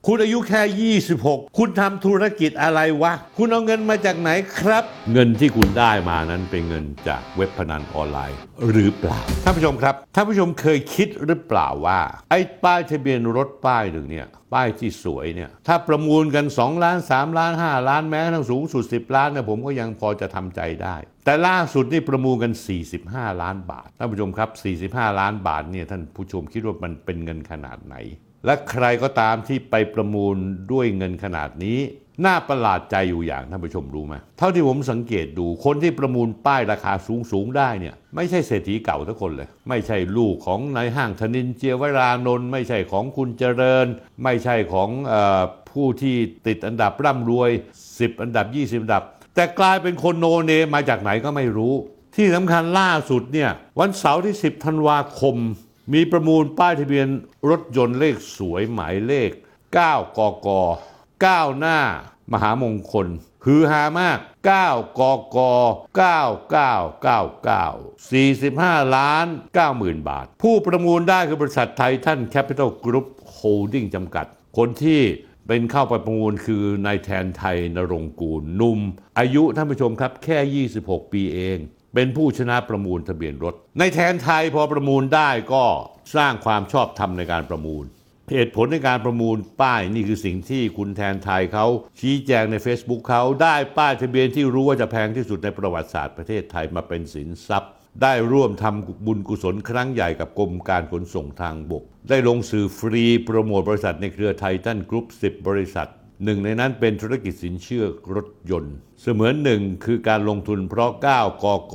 คุณอายุแค่26คุณทำธุรกิจอะไรวะคุณเอาเงินมาจากไหนครับเงินที่คุณได้มานั้นเป็นเงินจากเว็บพนันออนไลน์หรือเปล่าท่านผู้ชมครับท่านผู้ชมเคยคิดหรือเปล่าว่าไอ้ป้ายทะเบียนรถป้ายหนึ่งเนี่ยป้ายที่สวยเนี่ยถ้าประมูลกัน2 ล้าน3 ล้าน5 ล้านแม้ทั้งสูงสุด10 ล้านเนี่ยผมก็ยังพอจะทำใจได้แต่ล่าสุดนี่ประมูลกัน45 ล้านบาทท่านผู้ชมครับ45 ล้านบาทเนี่ยท่านผู้ชมคิดว่ามันเป็นเงินขนาดไหนและใครก็ตามที่ไปประมูลด้วยเงินขนาดนี้น่าประหลาดใจอยู่อย่างท่านผู้ชมรู้ไหมเท่าที่ผมสังเกตดูคนที่ประมูลป้ายราคาสูงได้เนี่ยไม่ใช่เศรษฐีเก่าทุกคนเลยไม่ใช่ลูกของนายห้างธนินทร์ เจียวรานนท์ไม่ใช่ของคุณเจริญไม่ใช่ของผู้ที่ติดอันดับร่ำรวย10 อันดับ20 อันดับแต่กลายเป็นคนโนเนมมาจากไหนก็ไม่รู้ที่สำคัญล่าสุดเนี่ยวันเสาร์ที่10 ธันวาคมมีประมูลป้ายทะเบียนรถยนต์เลขสวยหมายเลข9 กก9 หน้ามหามงคลฮือฮามาก9 กก9999 45,90,000 บาทผู้ประมูลได้คือบริษัทไททันแคปิตอลกรุ๊ปโฮลดิ้งจำกัดคนที่เป็นเข้าไปประมูลคือนายแทนไทยนรงค์กูลหนุ่มอายุท่านผู้ชมครับแค่26 ปีเองเป็นผู้ชนะประมูลทะเบียนรถในแทนไทยพอประมูลได้ก็สร้างความชอบธรรมในการประมูลเหตุผลในการประมูลป้ายนี่คือสิ่งที่คุณแทนไทยเขาชี้แจงใน Facebook เขาได้ป้ายทะเบียนที่รู้ว่าจะแพงที่สุดในประวัติศาสตร์ประเทศไทยมาเป็นสินทรัพย์ได้ร่วมทำบุญกุศลครั้งใหญ่กับกรมการขนส่งทางบกได้ลงสื่อฟรีโปรโมทบริษัทในเครือไททันกรุ๊ป10 บริษัทหนึ่งในนั้นเป็นธุรกิจสินเชื่อรถยนต์เสมือนหนึ่งคือการลงทุนเพราะ9 กก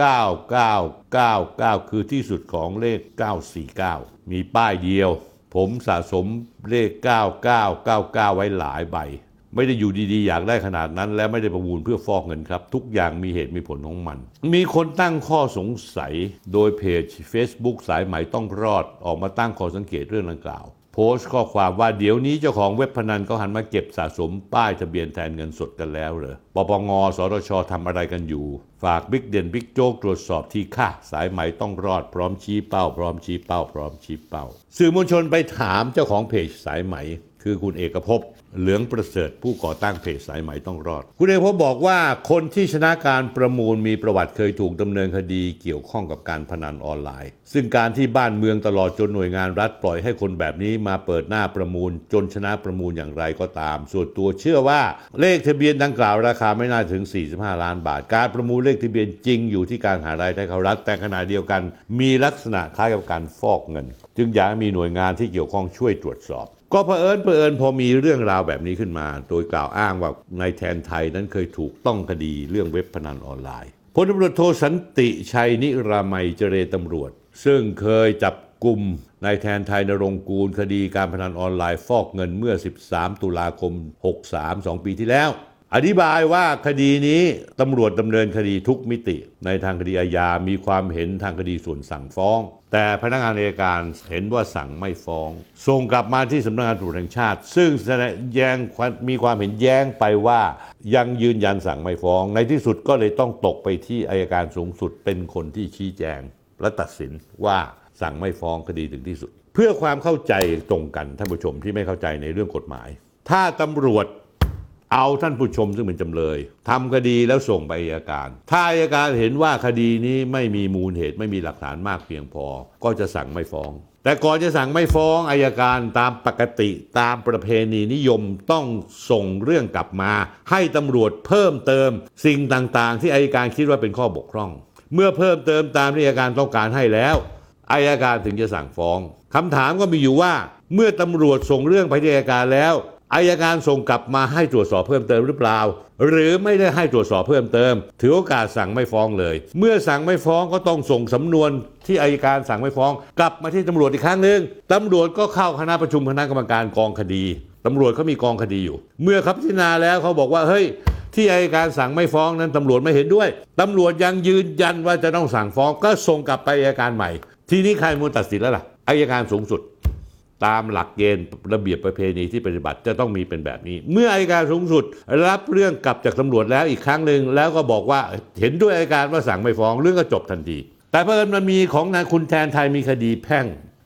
9999คือที่สุดของเลข949มีป้ายเดียวผมสะสมเลข9999ไว้หลายใบไม่ได้อยู่ดีๆอยากได้ขนาดนั้นและไม่ได้ประมูลเพื่อฟอกเงินครับทุกอย่างมีเหตุมีผลของมันมีคนตั้งข้อสงสัยโดยเพจ Facebook สายไหมต้องรอดออกมาตั้งข้อสังเกตเรื่องดังกล่าวโพสต์ข้อความว่าเดี๋ยวนี้เจ้าของเว็บพนันก็หันมาเก็บสะสมป้ายทะเบียนแทนเงินสดกันแล้วเหรอปปง.สทช.ทำอะไรกันอยู่ฝากบิ๊กเด่นบิ๊กโจ๊กตรวจสอบทีค่ะสายไหมต้องรอดพร้อมชี้เป้าพร้อมชี้เป้าพร้อมชี้เป้าสื่อมวลชนไปถามเจ้าของเพจสายไหมคือคุณเอกภพเหลืองประเสริฐผู้ก่อตั้งเพจสายไหมต้องรอดคุณเอกภพบอกว่าคนที่ชนะการประมูลมีประวัติเคยถูกดำเนินคดีเกี่ยวข้องกับการพนันออนไลน์ซึ่งการที่บ้านเมืองตลอดจนหน่วยงานรัฐปล่อยให้คนแบบนี้มาเปิดหน้าประมูลจนชนะประมูลอย่างไรก็ตามส่วนตัวเชื่อว่าเลขทะเบียนดังกล่าวราคาไม่น่าถึง45 ล้านบาทการประมูลเลขทะเบียนจริงอยู่ที่การหารายได้เข้ารัฐแต่ขณะเดียวกันมีลักษณะคล้ายกับการฟอกเงินจึงอยากให้มีหน่วยงานที่เกี่ยวข้องช่วยตรวจสอบก็เผอิญพอมีเรื่องราวแบบนี้ขึ้นมาโดยกล่าวอ้างว่านายแทนไทยนั้นเคยถูกต้องคดีเรื่องเว็บพนันออนไลน์พลตำรวจโทสันติชัยนิรามัยเจรตำรวจซึ่งเคยจับกุมนายแทนไทยนรงค์กูลคดีการพนันออนไลน์ฟอกเงินเมื่อ13 ตุลาคม 63 2 ปีที่แล้วอธิบายว่าคดีนี้ตำรวจดำเนินคดีทุกมิติในทางคดีอาญามีความเห็นทางคดีส่วนสั่งฟ้องแต่พนักงานอัยการเห็นว่าสั่งไม่ฟ้องส่งกลับมาที่สำนักงานตำรวจแห่งชาติซึ่งมีความเห็นแย้งไปว่ายังยืนยันสั่งไม่ฟ้องในที่สุดก็เลยต้องตกไปที่อัยการสูงสุดเป็นคนที่ชี้แจงและตัดสินว่าสั่งไม่ฟ้องคดีถึงที่สุดเพื่อความเข้าใจตรงกันท่านผู้ชมที่ไม่เข้าใจในเรื่องกฎหมายถ้าตำรวจเอาท่านผู้ชมซึ่งเป็นจำเลยทำคดีแล้วส่งไปอัยการถ้าอัยการเห็นว่าคดีนี้ไม่มีมูลเหตุไม่มีหลักฐานมากเพียงพอก็จะสั่งไม่ฟ้องแต่ก่อนจะสั่งไม่ฟ้องอัยการตามปกติตามประเพณีนิยมต้องส่งเรื่องกลับมาให้ตำรวจเพิ่มเติมสิ่งต่างๆที่อัยการคิดว่าเป็นข้อบกพร่องเมื่อเพิ่มเติมตามที่อัยการต้องการให้แล้วอัยการถึงจะสั่งฟ้องคำถามก็มีอยู่ว่าเมื่อตำรวจส่งเรื่องไปที่อัยการแล้วอัยการส่งกลับมาให้ตรวจสอบเพิ่มเติมหรือเปล่าหรือไม่ได้ให้ตรวจสอบเพิ่มเติมถือโอกาสสั่งไม่ฟ้องเลยเมื่อสั่งไม่ฟ้องก็ต้องส่งสำนวนที่อัยการสั่งไม่ฟ้องกลับมาที่ตำรวจอีกครั้งนึงตำรวจก็เข้าคณะประชุมคณะกรรมการกองคดีตำรวจเขามีกองคดีอยู่เมื่อเขาพิจารณาแล้วเขาบอกว่าเฮ้ยที่อัยการสั่งไม่ฟ้องนั้นตำรวจไม่เห็นด้วยตำรวจยังยืนยันว่าจะต้องสั่งฟ้องก็ส่งกลับไปอัยการใหม่ทีนี้ใครมูลตัดสินแล้วล่ะอัยการสูงสุดตามหลักเกณฑ์ระเบียบประเพณีที่ปฏิบัติจะต้องมีเป็นแบบนี้เมื่ออัยการสูงสุดรับเรื่องกลับจากตำรวจแล้วอีกครั้งหนึ่งแล้วก็บอกว่าเห็นด้วยอัยการว่าสั่งไม่ฟ้องเรื่องก็จบทันทีแต่เพิ่มมันมีของนายคุณแทนไทยมีคดีแพ่ง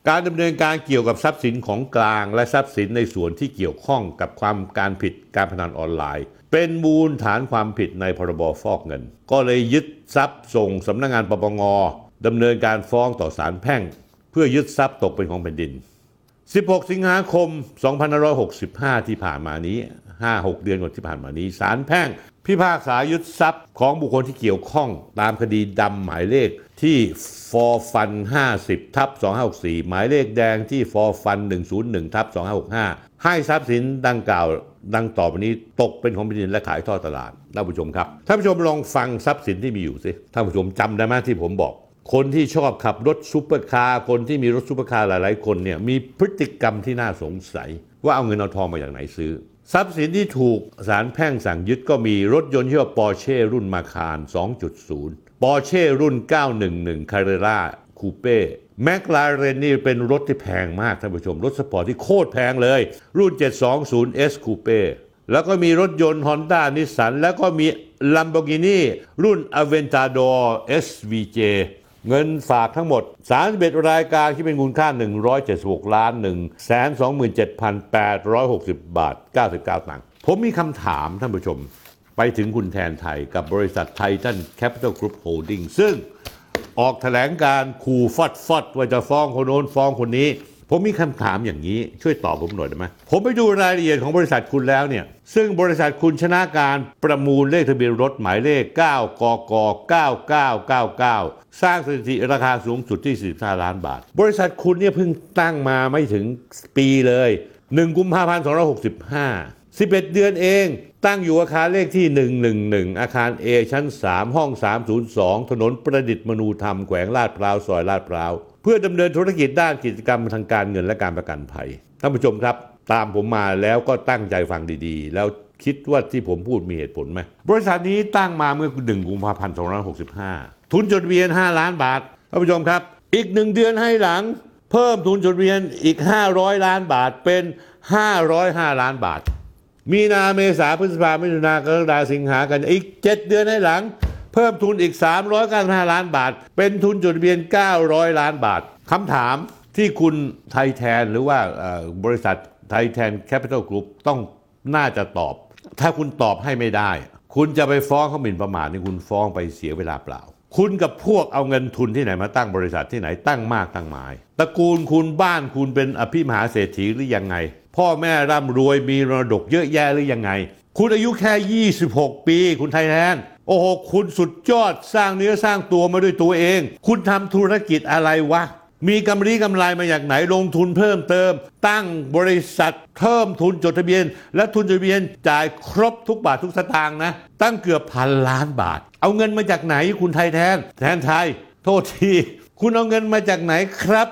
การดำเนินการเกี่ยวกับทรัพย์สินของกลางและทรัพย์สินในส่วนที่เกี่ยวข้องกับการผิดการพนันออนไลน์เป็นมูลฐานความผิดในพรบฟอกเงินก็เลยยึดทรัพย์ส่งสำนักงานปปงดำเนินการฟ้องต่อศาลแพ่งเพื่อยึดทรัพย์ตกเป็นของแผ่นดิน16 สิงหาคม 2565 ที่ผ่านมานี้ 5-6 เดือนก่อนที่ผ่านมานี้ศาลแพ่งพิพากษายึดทรัพย์ของบุคคลที่เกี่ยวข้องตามคดีดำหมายเลขที่ฟอร์ฟัน 50/2564 หมายเลขแดงที่ฟอร์ฟัน 101/2565 ให้ทรัพย์สินดังกล่าวดังต่อไปนี้ตกเป็นของแผ่นดินและขายทอดตลาดท่านผู้ชมครับท่านผู้ชมลองฟังทรัพย์สินที่มีอยู่สิท่านผู้ชมจำได้ไหมที่ผมบอกคนที่ชอบขับรถซุปเปอร์คาร์คนที่มีรถซุปเปอร์คาร์หลายๆคนเนี่ยมีพฤติกรรมที่น่าสงสัยว่าเอาเงินเอาทองมาจากไหนซื้อทรัพย์สินที่ถูกศาลแพ่งสั่งยึดก็มีรถยนต์ชื่อว่าปอร์เช่รุ่นมาคาร 2.0 ปอร์เช่รุ่น 911 Carrera Coupe แมคลาเรนนี่เป็นรถที่แพงมากท่านผู้ชมรถสปอร์ตที่โคตรแพงเลยรุ่น 720S Coupe แล้วก็มีรถยนต์ Honda Nissan แล้วก็มี Lamborghini รุ่น Aventador SVJ เงินฝากทั้งหมด31รายการที่เป็นมูลค่า176,127,860 บาท 99 ตังค์ผมมีคำถามท่านผู้ชมไปถึงคุณแทนไทยกับบริษัทไททันแคปิตอลกรุ๊ปโฮลดิ้งซึ่งออกแถลงการขู่ฟอดว่าจะฟ้องคนโน้นฟ้องคนนี้ผมมีคำถามอย่างนี้ช่วยตอบผมหน่อยได้ไหมผมไปดูรายละเอียดของบริษัทคุณแล้วเนี่ยซึ่งบริษัทคุณชนะการประมูลเลขทะเบียนรถหมายเลข9กก9999สร้างสถิติราคาสูงสุดที่45ล้านบาทบริษัทคุณเนี่ยเพิ่งตั้งมาไม่ถึงปีเลย1 กุมภาพันธ์ 2565 11 เดือนเองตั้งอยู่อาคารเลขที่111อาคาร A ชั้น3ห้อง302ถนนประดิษฐ์มนูธรรมแขวงลาดพร้าวซอยลาดพร้าวเพื่อดำเนินธุรกิจด้านกิจกรรมทางการเงินและการประกันภัยท่านผู้ชมครับตามผมมาแล้วก็ตั้งใจฟังดีๆแล้วคิดว่าที่ผมพูดมีเหตุผลไหมบริษัทนี้ตั้งมาเมื่อ1 กุมภาพันธ์ 2565ทุนจดทะเบียน5 ล้านบาทท่านผู้ชมครับอีก1 เดือนให้หลังเพิ่มทุนจดทะเบียนอีก500 ล้านบาทเป็น505 ล้านบาทมีนาเมษาพฤษภามิถุนากรกฎาสิงหากันอีก7 เดือนให้หลังเพิ่มทุนอีก395 ล้านบาทเป็นทุนจดทะเบียน900 ล้านบาทคำถามที่คุณไทยแทนหรือว่าบริษัทไทยแทนแคปิตอลกรุ๊ปต้องน่าจะตอบถ้าคุณตอบให้ไม่ได้คุณจะไปฟ้องเขาหมิ่นประมาทนี่คุณฟ้องไปเสียเวลาเปล่าคุณกับพวกเอาเงินทุนที่ไหนมาตั้งบริษัทที่ไหนตั้งมากตั้งหมายตระกูลคุณบ้านคุณเป็นอภิมหาเศรษฐีหรือยังไงพ่อแม่ร่ำรวยมีมรดกเยอะแยะหรือยังไงคุณอายุแค่26 ปีคุณไทยแทนโอ้โหคุณสุดยอดสร้างเนื้อสร้างตัวมาด้วยตัวเองคุณทำธุรกิจอะไรวะมีกำไรมาจากไหนลงทุนเพิ่มเติมตั้งบริษัทเพิ่มทุนจดทะเบียนและทุนจดทะเบียนจ่ายครบทุกบาททุกสตางค์นะตั้งเกือบ1,000 ล้านบาทเอาเงินมาจากไหนคุณไทยแทนไทยโทษทีคุณเอาเงินมาจากไหนครับ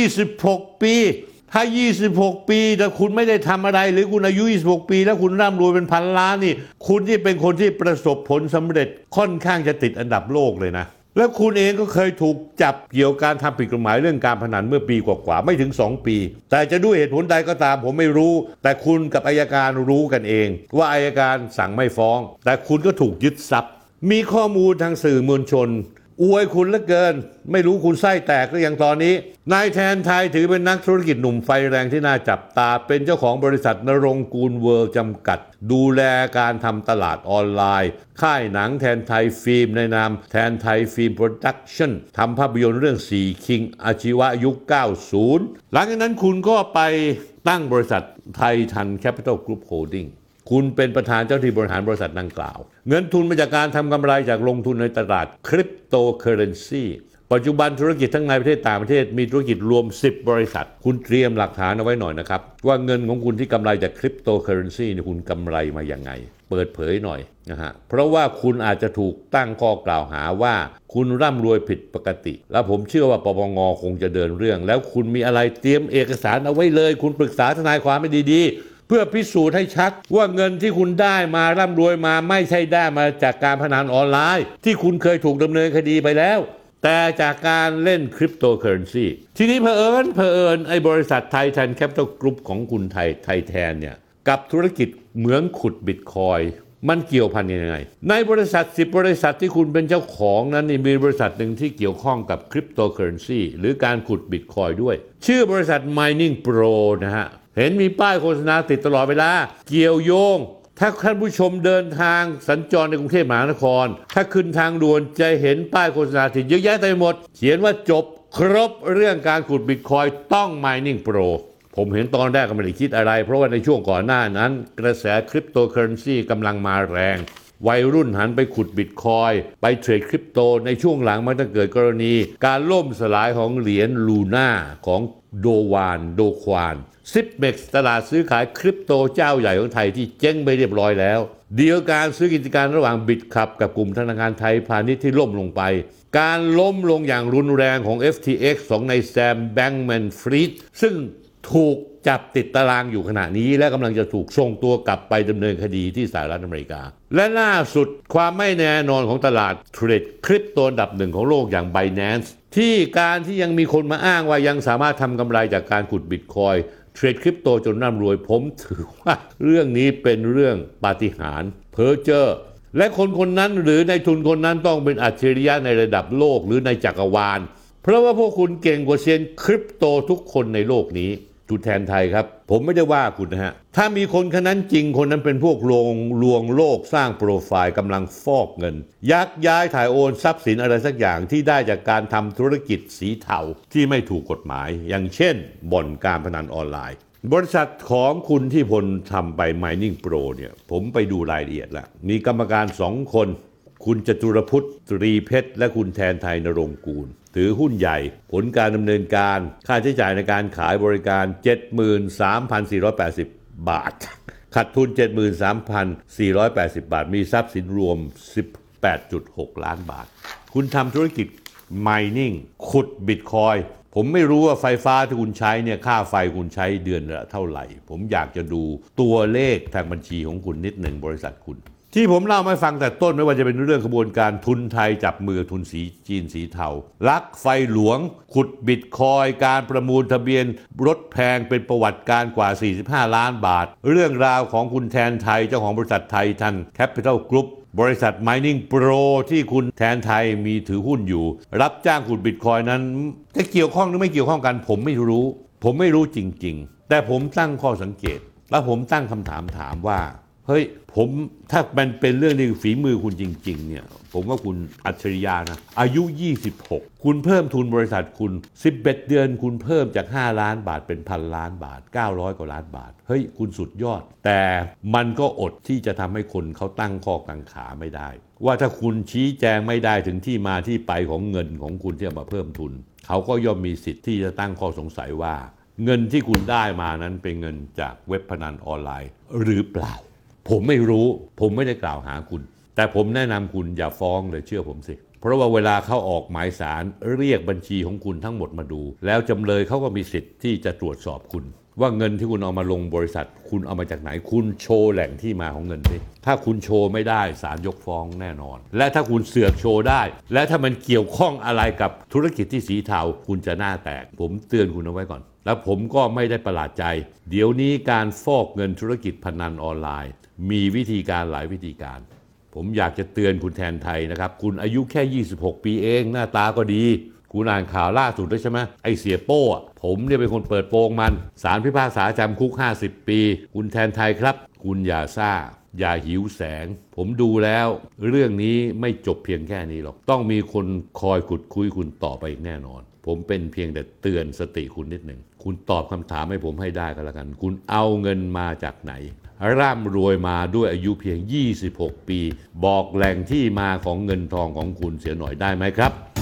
26 ปีถ้า26 ปีแต่คุณไม่ได้ทำอะไรหรือคุณอายุ26 ปีแล้วคุณร่ำรวยเป็น1,000 ล้านนี่คุณที่เป็นคนที่ประสบผลสำเร็จค่อนข้างจะติดอันดับโลกเลยนะแล้วคุณเองก็เคยถูกจับเกี่ยวกับการทำผิดกฎหมายเรื่องการพนันเมื่อปีกว่าๆไม่ถึง2 ปีแต่จะด้วยเหตุผลใดก็ตามผมไม่รู้แต่คุณกับอัยการรู้กันเองว่าอัยการสั่งไม่ฟ้องแต่คุณก็ถูกยึดทรัพย์มีข้อมูลทางสื่อมวลชนอวยคุณเหลือเกินไม่รู้คุณไส้แตกหรือยังตอนนี้นายแทนไทยถือเป็นนักธุรกิจหนุ่มไฟแรงที่น่าจับตาเป็นเจ้าของบริษัทนรงค์กูลเวิร์จำกัดดูแลการทำตลาดออนไลน์ค่ายหนังแทนไทยฟิล์มในนามแทนไทยฟิล์มโปรดักชั่นทำภาพยนตร์เรื่อง4 คิงอาชีวะยุค 90 หลังจากนั้นคุณก็ไปตั้งบริษัทไททันแคปิตอลกรุ๊ปโฮลดิ้งคุณเป็นประธานเจ้าที่บริหารบริษัทดังกล่าวเงินทุนมาจากการทำกำไรจากลงทุนในตลาดคริปโตเคอเรนซีปัจจุบันธุรกิจทั้งในประเทศต่างประเทศมีธุรกิจรวม10 บริษัทคุณเตรียมหลักฐานเอาไว้หน่อยนะครับว่าเงินของคุณที่กำไรจากคริปโตเคอเรนซีนี่คุณกำไรมาอย่างไงเปิดเผยหน่อยนะฮะเพราะว่าคุณอาจจะถูกตั้งข้อกล่าวหาว่าคุณร่ำรวยผิดปกติแล้วผมเชื่อว่าปปงคงจะเดินเรื่องแล้วคุณมีอะไรเตรียมเอกสารเอาไว้เลยคุณปรึกษาทนายความให้ดีๆเพื่อพิสูจน์ให้ชัดว่าเงินที่คุณได้มาร่ำรวยมาไม่ใช่ได้มาจากการพนันออนไลน์ที่คุณเคยถูกดำเนินคดีไปแล้วแต่จากการเล่นคริปโตเคอเรนซีทีนี้เผอิญไอ้บริษัทไททันแคปิตอลกรุ๊ปของคุณไทยแทนเนี่ยกับธุรกิจเหมืองขุดบิตคอยมันเกี่ยวพันกันยังไงในบริษัท10บริษัทที่คุณเป็นเจ้าของนั้นมีบริษัทหนึ่งที่เกี่ยวข้องกับคริปโตเคอเรนซีหรือการขุดบิตคอยน์ด้วยชื่อบริษัท Mining Pro นะฮะเห็นมีป้ายโฆษณาติดตลอดเวลาเกี่ยวโยงถ้าท่านผู้ชมเดินทางสัญจรในกรุงเทพมหานครถ้าขึ้นทางด่วนจะเห็นป้ายโฆษณาติดเยอะแยะเต็มไปหมดเขียนว่าจบครบเรื่องการขุดบิตคอยน์ต้อง Mining Pro ผมเห็นตอนแรกก็ไม่ได้คิดอะไรเพราะว่าในช่วงก่อนหน้านั้นกระแสคริปโตเคอเรนซีกำลังมาแรงวัยรุ่นหันไปขุดบิตคอยน์ไปเทรดคริปโตในช่วงหลังมันจะเกิดกรณีการล่มสลายของเหรียญลูน่าของโดควานซิปเม็กซ์ตลาดซื้อขายคริปโตเจ้าใหญ่ของไทยที่เจ๊งไปเรียบร้อยแล้วเดียวการซื้อกิจการระหว่างบิตคับกับกลุ่มธนาคารไทยพาณิชย์ที่ล่มลงไปการล้มลงอย่างรุนแรงของ FTX ของนายแซมแบงก์แมนฟรีดซึ่งถูกจับติดตารางอยู่ขณะนี้และกำลังจะถูกส่งตัวกลับไปดำเนินคดีที่สหรัฐอเมริกาและล่าสุดความไม่แน่นอนของตลาดเทรดคริปโตอันดับหนึ่งของโลกอย่าง Binance ที่การที่ยังมีคนมาอ้างว่ายังสามารถทำกำไรจากการขุดบิตคอยน์เทรดคริปโตจนร่ำรวยผมถือว่าเรื่องนี้เป็นเรื่องปาฏิหาริย์เพ้อเจ้อและคนนั้นหรือในทุนคนนั้นต้องเป็นอัจฉริยะในระดับโลกหรือในจักรวาลเพราะว่าพวกคุณเก่งกว่าเซียนคริปโตทุกคนในโลกนี้จุดแทนไทยครับผมไม่ได้ว่าคุณนะฮะถ้ามีคนคนนั้นจริงคนนั้นเป็นพวกลวงโลกสร้างโปรไฟล์กำลังฟอกเงินยักย้ายถ่ายโอนทรัพย์สินอะไรสักอย่างที่ได้จากการทำธุรกิจสีเทาที่ไม่ถูกกฎหมายอย่างเช่นบ่อนการพนันออนไลน์บริษัทของคุณที่พลทำไป Mining Pro เนี่ยผมไปดูรายละเอียดแล้วมีกรรมการ2คนคุณจตุรพุทธตรีเพชรและคุณแทนไทยนรงค์กูลถือหุ้นใหญ่ผลการดำเนินการค่าใช้จ่ายในการขายบริการ 73,480 บาทขาดทุน 73,480 บาทมีทรัพย์สินรวม 18.6 ล้านบาทคุณทำธุรกิจ Mining ขุดบิตคอยน์ผมไม่รู้ว่าไฟฟ้าที่คุณใช้เนี่ยค่าไฟคุณใช้เดือนละเท่าไหร่ผมอยากจะดูตัวเลขทางบัญชีของคุณนิดหนึ่งบริษัทคุณที่ผมเล่ามาฟังแต่ต้นไม่ว่าจะเป็นเรื่องขบวนการทุนไทยจับมือทุนสีจีนสีเทาลักไฟหลวงขุดบิตคอยน์การประมูลทะเบียนรถแพงเป็นประวัติการกว่า45ล้านบาทเรื่องราวของคุณแทนไทยเจ้าของบริษัทไทยทันแคปิตอลกรุ๊ปบริษัท Mining Pro ที่คุณแทนไทยมีถือหุ้นอยู่รับจ้างขุดบิตคอยน์นั้นจะเกี่ยวข้องหรือไม่เกี่ยวข้องกันผมไม่รู้จริงๆแต่ผมตั้งข้อสังเกตและผมตั้งคำถามว่าเฮ้ยถ้ามันเป็นเรื่องที่ฝีมือคุณจริงๆเนี่ยผมว่าคุณอัจฉริยะนะอายุ26คุณเพิ่มทุนบริษัทคุณ11เดือนคุณเพิ่มจาก5ล้านบาทเป็น1,000 ล้านบาท900 กว่าล้านบาทเฮ้ยคุณสุดยอดแต่มันก็อดที่จะทำให้คนเขาตั้งข้อกังขาไม่ได้ว่าถ้าคุณชี้แจงไม่ได้ถึงที่มาที่ไปของเงินของคุณที่เอามาเพิ่มทุนเขาก็ย่อมมีสิทธิ์ที่จะตั้งข้อสงสัยว่าเงินที่คุณได้มานั้นเป็นเงินจากเว็บพนันออนไลน์หรือเปล่าผมไม่รู้ผมไม่ได้กล่าวหาคุณแต่ผมแนะนำคุณอย่าฟ้องเลยเชื่อผมสิเพราะว่าเวลาเขาออกหมายสารเรียกบัญชีของคุณทั้งหมดมาดูแล้วจำเลยเขาก็มีสิทธิ์ที่จะตรวจสอบคุณว่าเงินที่คุณเอามาลงบริษัทคุณเอามาจากไหนคุณโชว์แหล่งที่มาของเงินสิถ้าคุณโชว์ไม่ได้ศาลยกฟ้องแน่นอนและถ้าคุณเสือกโชว์ได้และถ้ามันเกี่ยวข้องอะไรกับธุรกิจที่สีเทาคุณจะหน้าแตกผมเตือนคุณเอาไว้ก่อนแล้วผมก็ไม่ได้ประหลาดใจเดี๋ยวนี้การฟอกเงินธุรกิจพนันออนไลน์มีวิธีการหลายวิธีการผมอยากจะเตือนคุณแทนไทยนะครับคุณอายุแค่26ปีเองหน้าตาก็ดีคุณอ่านข่าวล่าสุดแล้วใช่ไหมไอเสียโป้ผมเนี่ยเป็นคนเปิดโปงมันศาลพิพากษาจำคุก50ปีคุณแทนไทยครับคุณอย่าซ่าอย่าหิวแสงผมดูแล้วเรื่องนี้ไม่จบเพียงแค่นี้หรอกต้องมีคนคอยขุดคุยคุณต่อไปอีกแน่นอนผมเป็นเพียงแต่เตือนสติคุณนิดหนึ่งคุณตอบคำถามให้ผมให้ได้ก็แล้วกันคุณเอาเงินมาจากไหนร่ำรวยมาด้วยอายุเพียง26ปีบอกแหล่งที่มาของเงินทองของคุณเสียหน่อยได้ไหมครับ